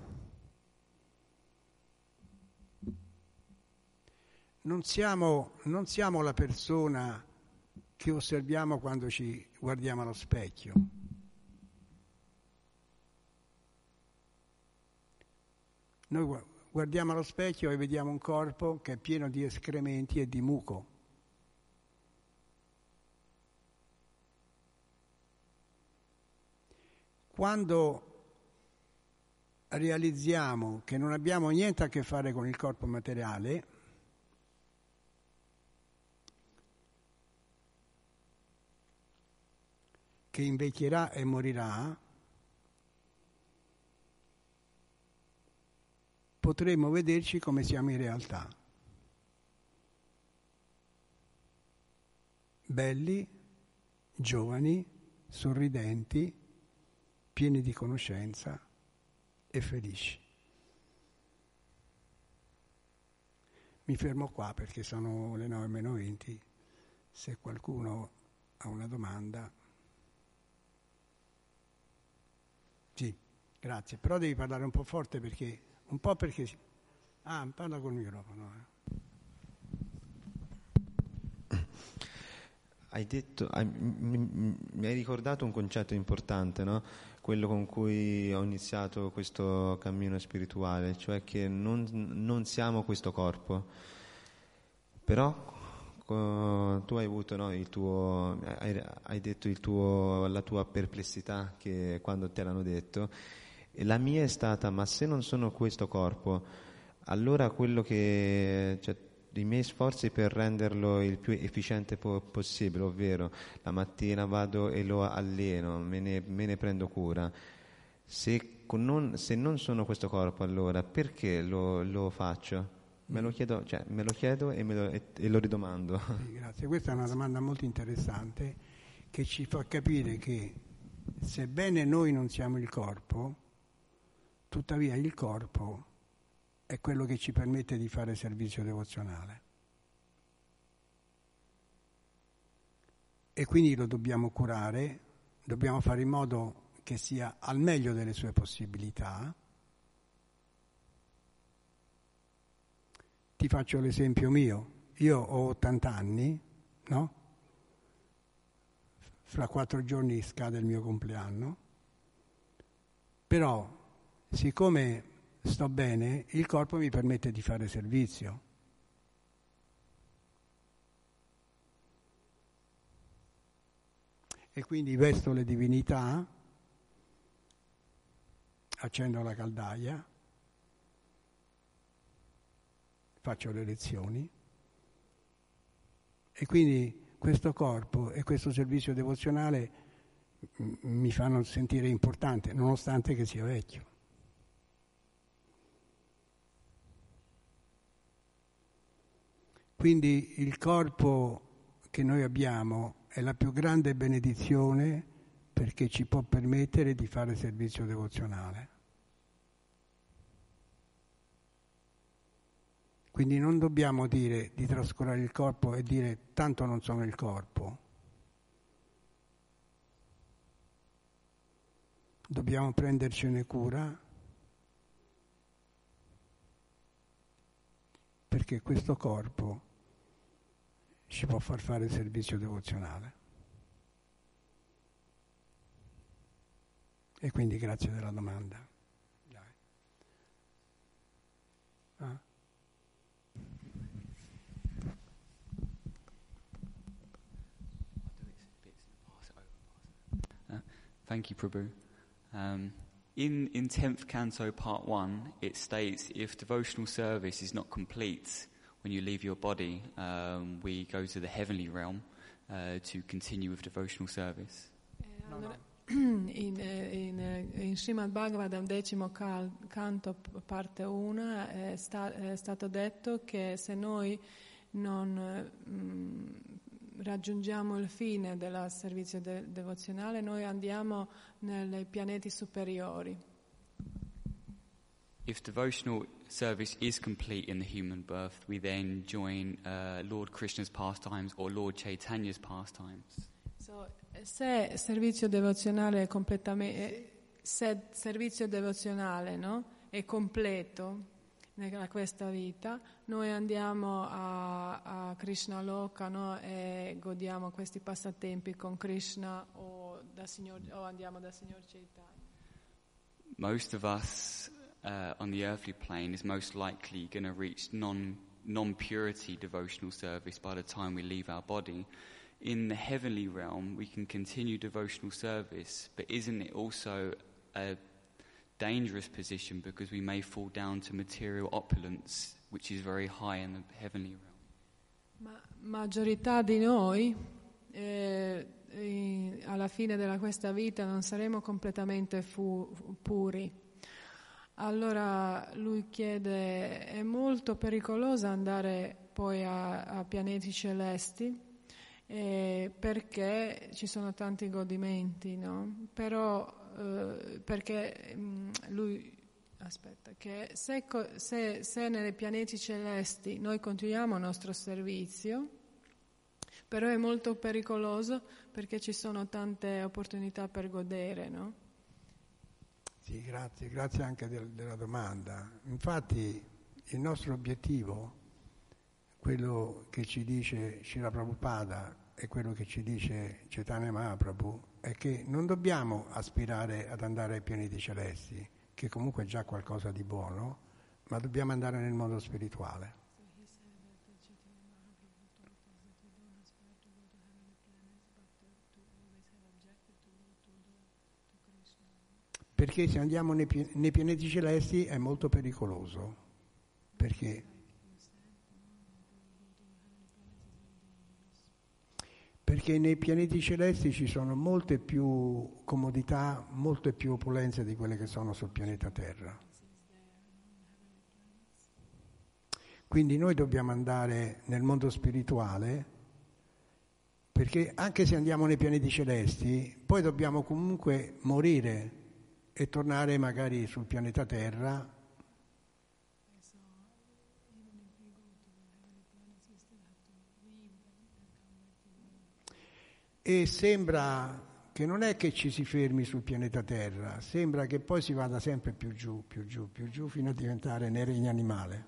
Non siamo, non siamo la persona che osserviamo quando ci guardiamo allo specchio. Noi guardiamo allo specchio e vediamo un corpo che è pieno di escrementi e di muco. Quando realizziamo che non abbiamo niente a che fare con il corpo materiale, che invecchierà e morirà, potremo vederci come siamo in realtà. Belli, giovani, sorridenti, pieni di conoscenza e felici. Mi fermo qua perché sono le nove meno venti. Se qualcuno ha una domanda. Sì, grazie. Però devi parlare un po' forte perché... Un po' perché... Ah, parla col microfono. Eh. Hai detto... Hai, mi, mi hai ricordato un concetto importante, no? Quello con cui ho iniziato questo cammino spirituale, cioè che non, non siamo questo corpo. Però... tu hai avuto, no, il tuo, hai, hai detto il tuo, la tua perplessità che quando te l'hanno detto, e la mia è stata: ma se non sono questo corpo, allora quello che, cioè, i miei sforzi per renderlo il più efficiente po- possibile, ovvero la mattina vado e lo alleno, me ne, me ne prendo cura, se non, se non sono questo corpo, allora perché lo, lo faccio? Me lo chiedo, cioè, me lo chiedo e, me lo, e, e lo ridomando. Sì, grazie. Questa è una domanda molto interessante che ci fa capire che sebbene noi non siamo il corpo, tuttavia il corpo è quello che ci permette di fare servizio devozionale. E quindi lo dobbiamo curare, dobbiamo fare in modo che sia al meglio delle sue possibilità. Ti faccio l'esempio mio. Io ho ottanta anni, no? Fra quattro giorni scade il mio compleanno. Però, siccome sto bene, il corpo mi permette di fare servizio. E quindi vesto le divinità, accendo la caldaia, faccio le lezioni e quindi questo corpo e questo servizio devozionale m- mi fanno sentire importante, nonostante che sia vecchio. Quindi il corpo che noi abbiamo è la più grande benedizione perché ci può permettere di fare servizio devozionale. Quindi non dobbiamo dire di trascurare il corpo e dire tanto non sono il corpo. Dobbiamo prendercene cura perché questo corpo ci può far fare servizio devozionale. E quindi grazie della domanda. Dai. Ah. Uh, thank you, Prabhu. Um, in, in tenth Canto, Part one, it states, if devotional service is not complete, when you leave your body, um, we go to the heavenly realm uh, to continue with devotional service. No, no. In, in, in Srimad Bhagavatam, decimo cal, canto, parte uno, è, sta, è stato detto che se noi non mh, raggiungiamo il fine del servizio de, devozionale, noi andiamo nei pianeti superiori. If devotional service is complete in the human birth, we then join uh, Lord Krishna's pastimes or Lord Chaitanya's pastimes. So, se il servizio devozionale è completamente se servizio devozionale, no? È completo nella questa vita, noi andiamo a, a Krishna Loka, no? E godiamo questi passatempi con Krishna o, da signor, o andiamo da Signor Chaitanya. Most of us uh, on the earthly plane is most likely going to reach non, non-purity devotional service by the time we leave our body. In the heavenly realm, we can continue devotional service, but isn't it also a dangerous position because we may fall down to material opulence, which is very high in the heavenly realm? Ma maggiorità di noi eh, in, alla fine della questa vita non saremo completamente fu, puri. Allora lui chiede: è molto pericoloso andare poi a, a pianeti celesti, eh, perché ci sono tanti godimenti, no? Però Uh, perché um, lui aspetta che se, se, se nei pianeti celesti noi continuiamo il nostro servizio, però è molto pericoloso perché ci sono tante opportunità per godere, no? Sì, grazie, grazie anche del, della domanda. Infatti il nostro obiettivo, quello che ci dice Srila Prabhupada e quello che ci dice Chaitanya Mahaprabhu, è che non dobbiamo aspirare ad andare ai pianeti celesti, che comunque è già qualcosa di buono, ma dobbiamo andare nel mondo spirituale. Perché se andiamo nei, nei pianeti celesti è molto pericoloso, perché Perché nei pianeti celesti ci sono molte più comodità, molte più opulenze di quelle che sono sul pianeta Terra. Quindi noi dobbiamo andare nel mondo spirituale, perché anche se andiamo nei pianeti celesti, poi dobbiamo comunque morire e tornare magari sul pianeta Terra. E sembra che non è che ci si fermi sul pianeta Terra, sembra che poi si vada sempre più giù, più giù, più giù, fino a diventare nei regni animali.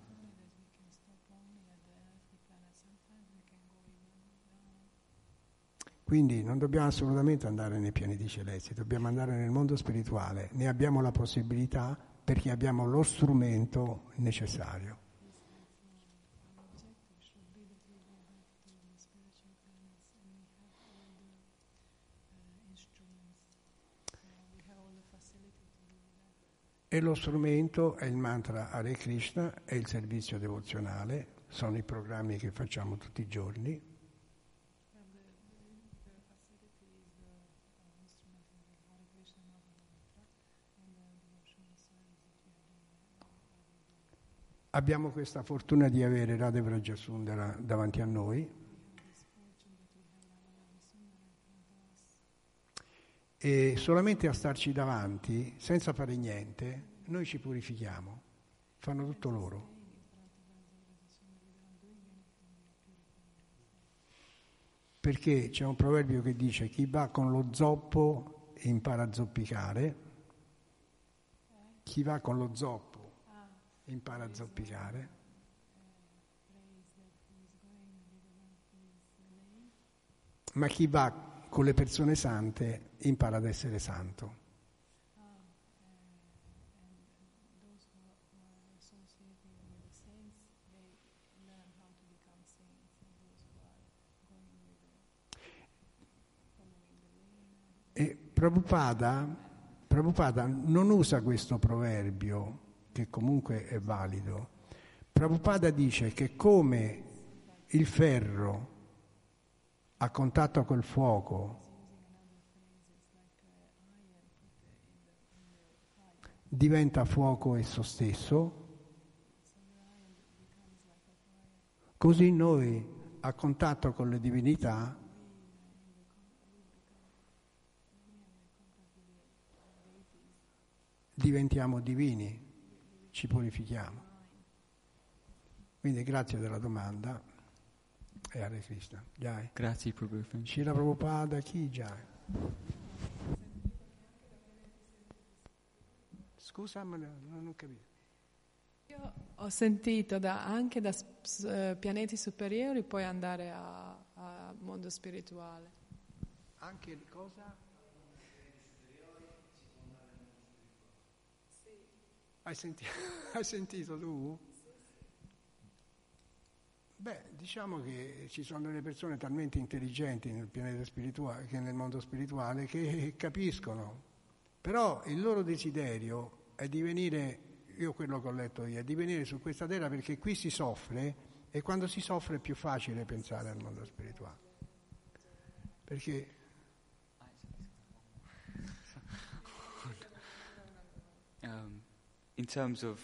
Quindi non dobbiamo assolutamente andare nei pianeti celesti, dobbiamo andare nel mondo spirituale. Ne abbiamo la possibilità perché abbiamo lo strumento necessario. E lo strumento è il mantra Hare Krishna, è il servizio devozionale, sono i programmi che facciamo tutti i giorni. Abbiamo questa fortuna di avere Radha Vrajasundara davanti a noi. E solamente a starci davanti, senza fare niente, noi ci purifichiamo. Fanno tutto loro. Perché c'è un proverbio che dice: chi va con lo zoppo impara a zoppicare, chi va con lo zoppo impara a zoppicare, ma chi va con le persone sante impara ad essere santo. E Prabhupada, Prabhupada non usa questo proverbio, che comunque è valido. Prabhupada dice che come il ferro a contatto col fuoco diventa fuoco esso stesso, così noi a contatto con le divinità diventiamo divini, ci purifichiamo. Quindi grazie della domanda. E Hare Krishna. Jai. Grazie Prabhu. Srila Prabhupada Ki Jai. Scusa, ma non ho capito. Io ho sentito da, anche da uh, pianeti superiori puoi andare a, a mondo spirituale. Anche cosa? Sì. Hai sentito, hai sentito tu? Beh, diciamo che ci sono delle persone talmente intelligenti nel pianeta spirituale, che nel mondo spirituale, che capiscono. Però il loro desiderio è di venire, io quello che ho letto io, è di venire su questa terra perché qui si soffre e quando si soffre è più facile pensare al mondo spirituale. Perché um, in terms of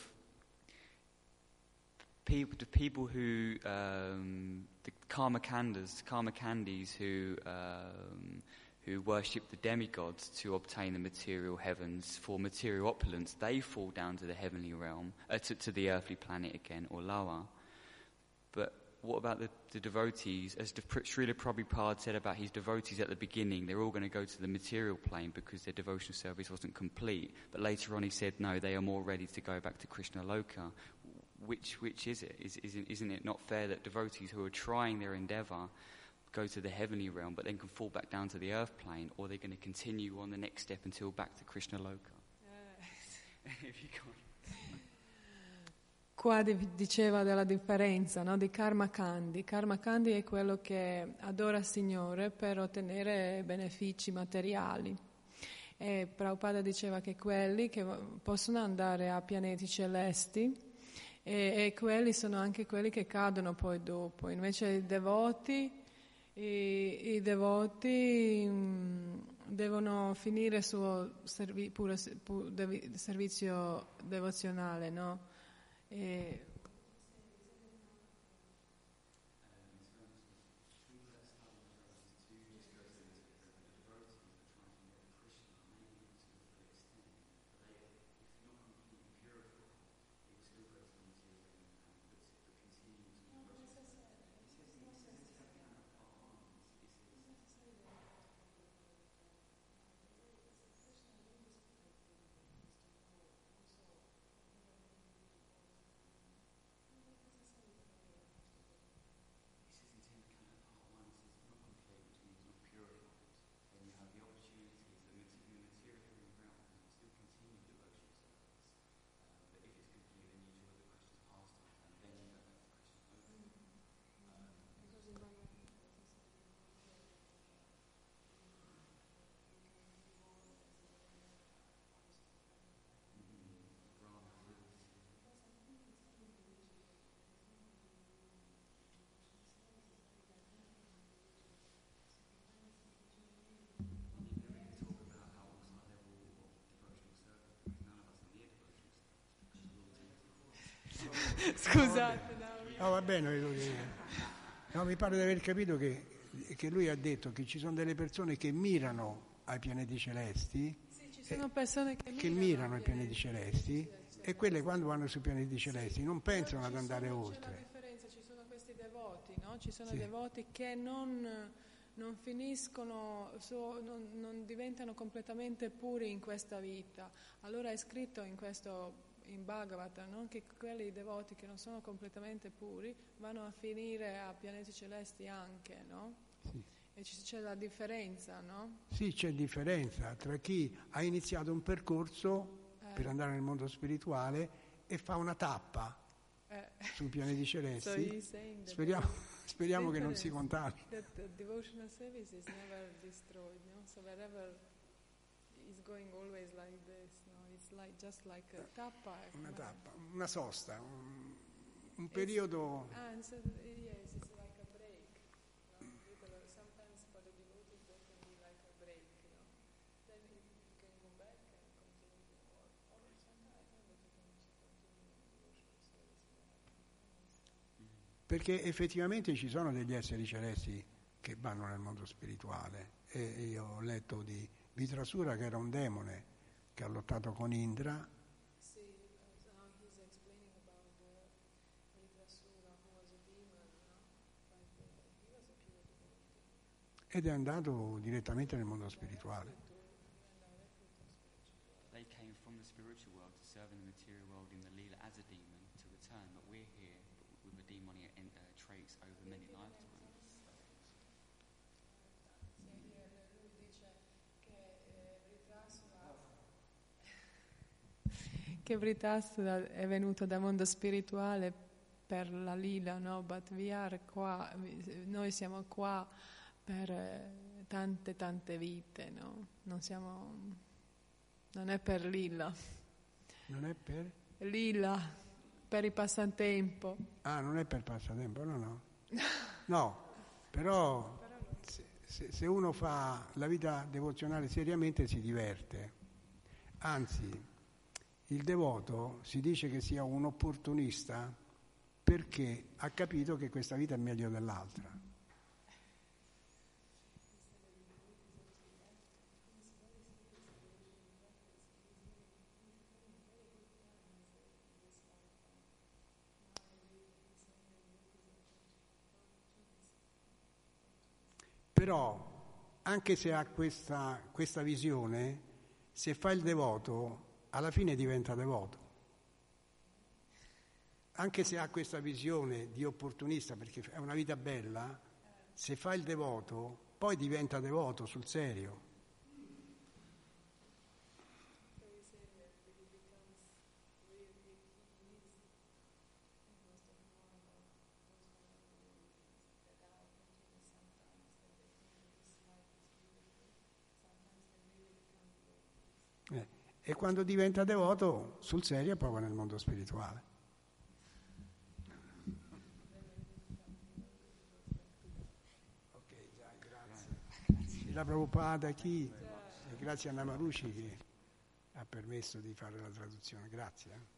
people, the people who um, the karma kandas, karma kandis who um, who worship the demigods to obtain the material heavens for material opulence, they fall down to the heavenly realm, uh, to, to the earthly planet again, or lower. But what about the, the devotees? As the Srila Prabhupada said about his devotees at the beginning, they're all going to go to the material plane because their devotional service wasn't complete. But later on he said, no, they are more ready to go back to Krishna Loka. Which which is it? Is, isn't, isn't it not fair that devotees who are trying their endeavour go to the heavenly realm but then can fall back down to the earth plane, or they're going to continue on the next step until back to Krishna Loka? Uh. If you can't. Qua diceva della differenza, no, di Karma Kandi. Karma Kandi è quello che adora il Signore per ottenere benefici materiali. E Prabhupada diceva che quelli che possono andare a pianeti celesti e, e quelli sono anche quelli che cadono poi dopo. Invece i devoti, i, i devoti mh, devono finire il suo servi, puro, pu, devi, servizio devozionale, no? E scusate, no. No, va bene, no, mi pare di aver capito che, che lui ha detto che ci sono delle persone che mirano ai pianeti celesti, Sì, ci sono persone che, che mirano ai pianeti celesti, e quelle quando vanno sui pianeti celesti non pensano ad andare oltre. C'è la differenza, ci sono questi devoti, no? Ci sono Sì. devoti che non, non finiscono, so, non, non diventano completamente puri in questa vita. Allora è scritto in questo in Bhagavata, no? Che quelli devoti che non sono completamente puri vanno a finire a pianeti celesti anche, no? Sì. E c'è la differenza, no? Sì, c'è differenza tra chi ha iniziato un percorso Eh. per andare nel mondo spirituale e fa una tappa Eh. sui pianeti So celesti. he's saying that Speriamo, speriamo che non difference, si contamini. that the devotional service is never destroyed, no? So wherever is going always like this, no? It's like just like a tappa. Una ma- tappa, una sosta, un, un periodo. Ah, and so yes, it's like a break. No? Little, sometimes for the devotees there can be like a break, you know. Then you can go back and continue to work. Or sometimes I think that you can also continue devotional service. Perché effettivamente ci sono degli esseri celesti che vanno nel mondo spirituale, e io ho letto di Vitrasura che era un demone che ha lottato con Indra, See, uh, now he's explaining about the Vitrasura, who was a demon, no? But uh, he was a pure devotee. ed è andato direttamente nel mondo spirituale. They came from the spiritual world to serving the material world in the Leela as a demon to return, but we're here with a demonic uh, traits over many lifetimes. Che Vritasura è venuto dal mondo spirituale per la lila, no? But we are qua, noi siamo qua per tante tante vite, no? Non siamo, non è per lila. Non è per? Lila, per il passatempo. Ah, non è per passatempo, no, no. No, però se, se, se uno fa la vita devozionale seriamente si diverte. Anzi, il devoto si dice che sia un opportunista perché ha capito che questa vita è meglio dell'altra. Però, anche se ha questa, questa visione, se fa il devoto, alla fine diventa devoto. Anche se ha questa visione di opportunista, perché è una vita bella, se fa il devoto, poi diventa devoto sul serio. Eh. E quando diventa devoto, sul serio, poi va nel mondo spirituale. Ok, dai, grazie. La Prabhupada chi? E grazie a Namarushi che ha permesso di fare la traduzione. Grazie. Eh.